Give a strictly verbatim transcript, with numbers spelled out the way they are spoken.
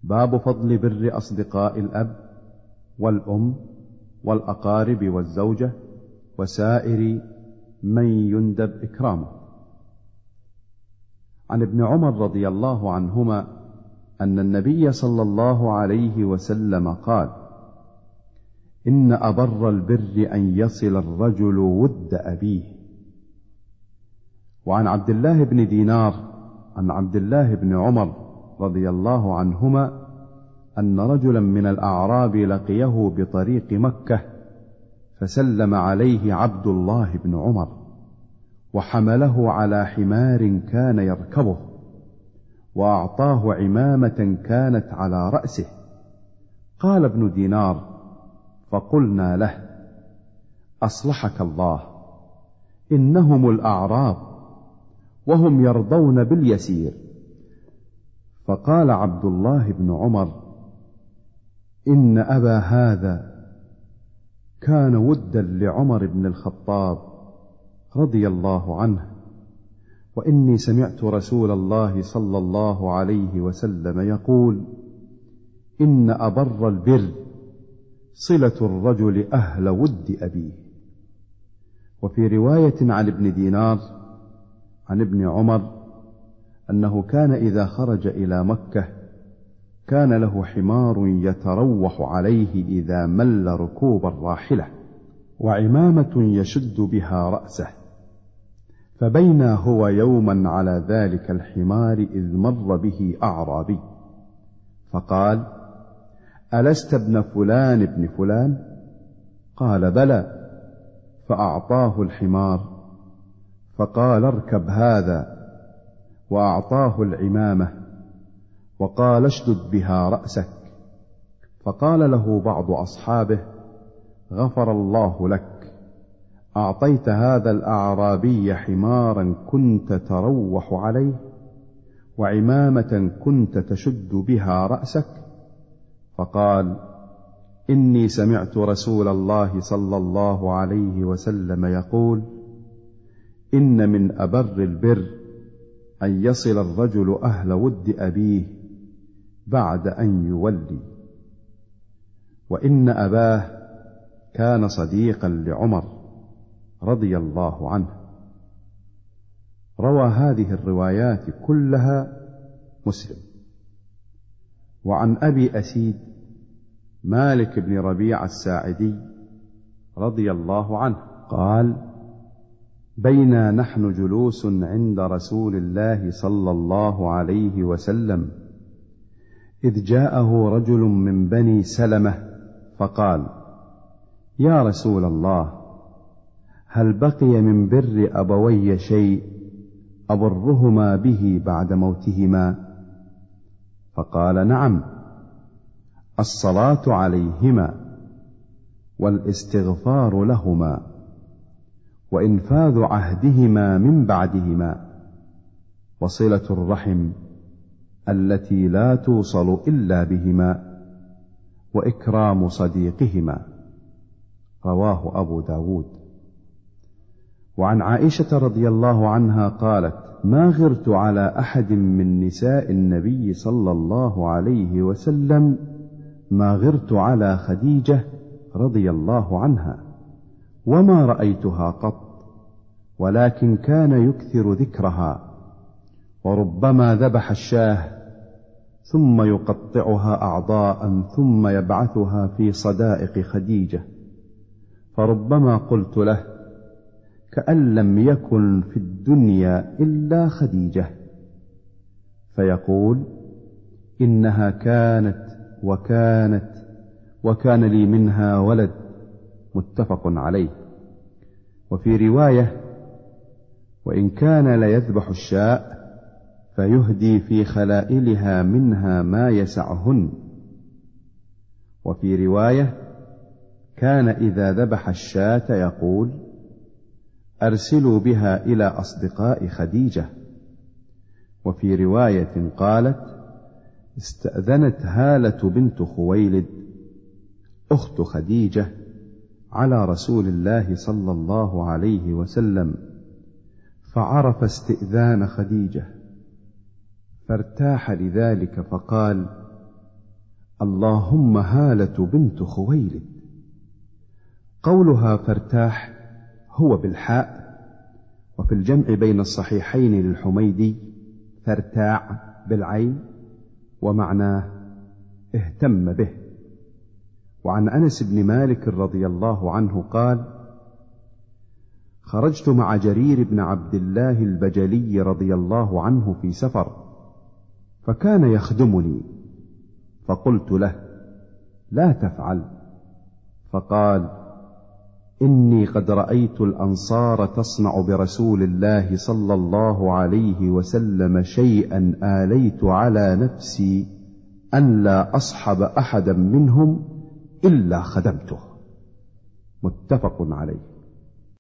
باب فضل بر أصدقاء الأب والأم والأقارب والزوجة وسائر من يندب إكرامه. عن ابن عمر رضي الله عنهما أن النبي صلى الله عليه وسلم قال: إن أبر البر أن يصل الرجل ود أبيه. وعن عبد الله بن دينار عن عبد الله بن عمر رضي الله عنهما أن رجلا من الأعراب لقيه بطريق مكة فسلم عليه عبد الله بن عمر وحمله على حمار كان يركبه وأعطاه عمامة كانت على رأسه. قال ابن دينار: فقلنا له: أصلحك الله، إنهم الأعراب وهم يرضون باليسير. فقال عبد الله بن عمر: إن أبا هذا كان ودا لعمر بن الخطاب رضي الله عنه، وإني سمعت رسول الله صلى الله عليه وسلم يقول: إن أبر البر صلة الرجل أهل ود أبيه. وفي رواية عن ابن دينار عن ابن عمر أنه كان إذا خرج إلى مكة كان له حمار يتروح عليه إذا مل ركوب الراحلة، وعمامة يشد بها رأسه. فبينا هو يوما على ذلك الحمار إذ مر به أعرابي فقال: ألست ابن فلان ابن فلان؟ قال: بلى. فأعطاه الحمار فقال: اركب هذا، وأعطاه العمامة وقال: اشدد بها رأسك. فقال له بعض أصحابه: غفر الله لك، أعطيت هذا الأعرابي حمارا كنت تروح عليه وعمامة كنت تشد بها رأسك. فقال: إني سمعت رسول الله صلى الله عليه وسلم يقول: إن من أبر البر أن يصل الرجل أهل ود أبيه بعد أن يولي. وإن أباه كان صديقا لعمر رضي الله عنه. روى هذه الروايات كلها مسلم. وعن أبي أسيد مالك بن ربيع الساعدي رضي الله عنه قال: بينا نحن جلوس عند رسول الله صلى الله عليه وسلم إذ جاءه رجل من بني سلمة فقال: يا رسول الله، هل بقي من بر أبوي شيء أبرهما به بعد موتهما؟ فقال: نعم، الصلاة عليهما والاستغفار لهما وإنفاذ عهدهما من بعدهما وصلة الرحم التي لا توصل إلا بهما وإكرام صديقهما. رواه أبو داود. وعن عائشة رضي الله عنها قالت: ما غرت على أحد من نساء النبي صلى الله عليه وسلم ما غرت على خديجة رضي الله عنها، وما رأيتها قط، ولكن كان يكثر ذكرها، وربما ذبح الشاه ثم يقطعها أعضاء ثم يبعثها في صدائق خديجة، فربما قلت له: كأن لم يكن في الدنيا إلا خديجة، فيقول: إنها كانت وكانت وكان لي منها ولد. متفق عليه. وفي رواية: وإن كان ليذبح الشاء فيهدي في خلائلها منها ما يسعهن. وفي رواية: كان إذا ذبح الشاة يقول: أرسلوا بها إلى أصدقاء خديجة. وفي رواية قالت: استأذنت هالة بنت خويلد أخت خديجة على رسول الله صلى الله عليه وسلم، فعرف استئذان خديجة فارتاح لذلك، فقال: اللهم هالة بنت خويلد. قولها فارتاح هو بالحاء، وفي الجمع بين الصحيحين للحميدي فارتاع بالعين، ومعناه اهتم به. وعن أنس بن مالك رضي الله عنه قال: خرجت مع جرير بن عبد الله البجلي رضي الله عنه في سفر، فكان يخدمني، فقلت له: لا تفعل. فقال: إني قد رأيت الأنصار تصنع برسول الله صلى الله عليه وسلم شيئا آليت على نفسي أن لا أصحب أحدا منهم إلا خدمته. متفق عليه.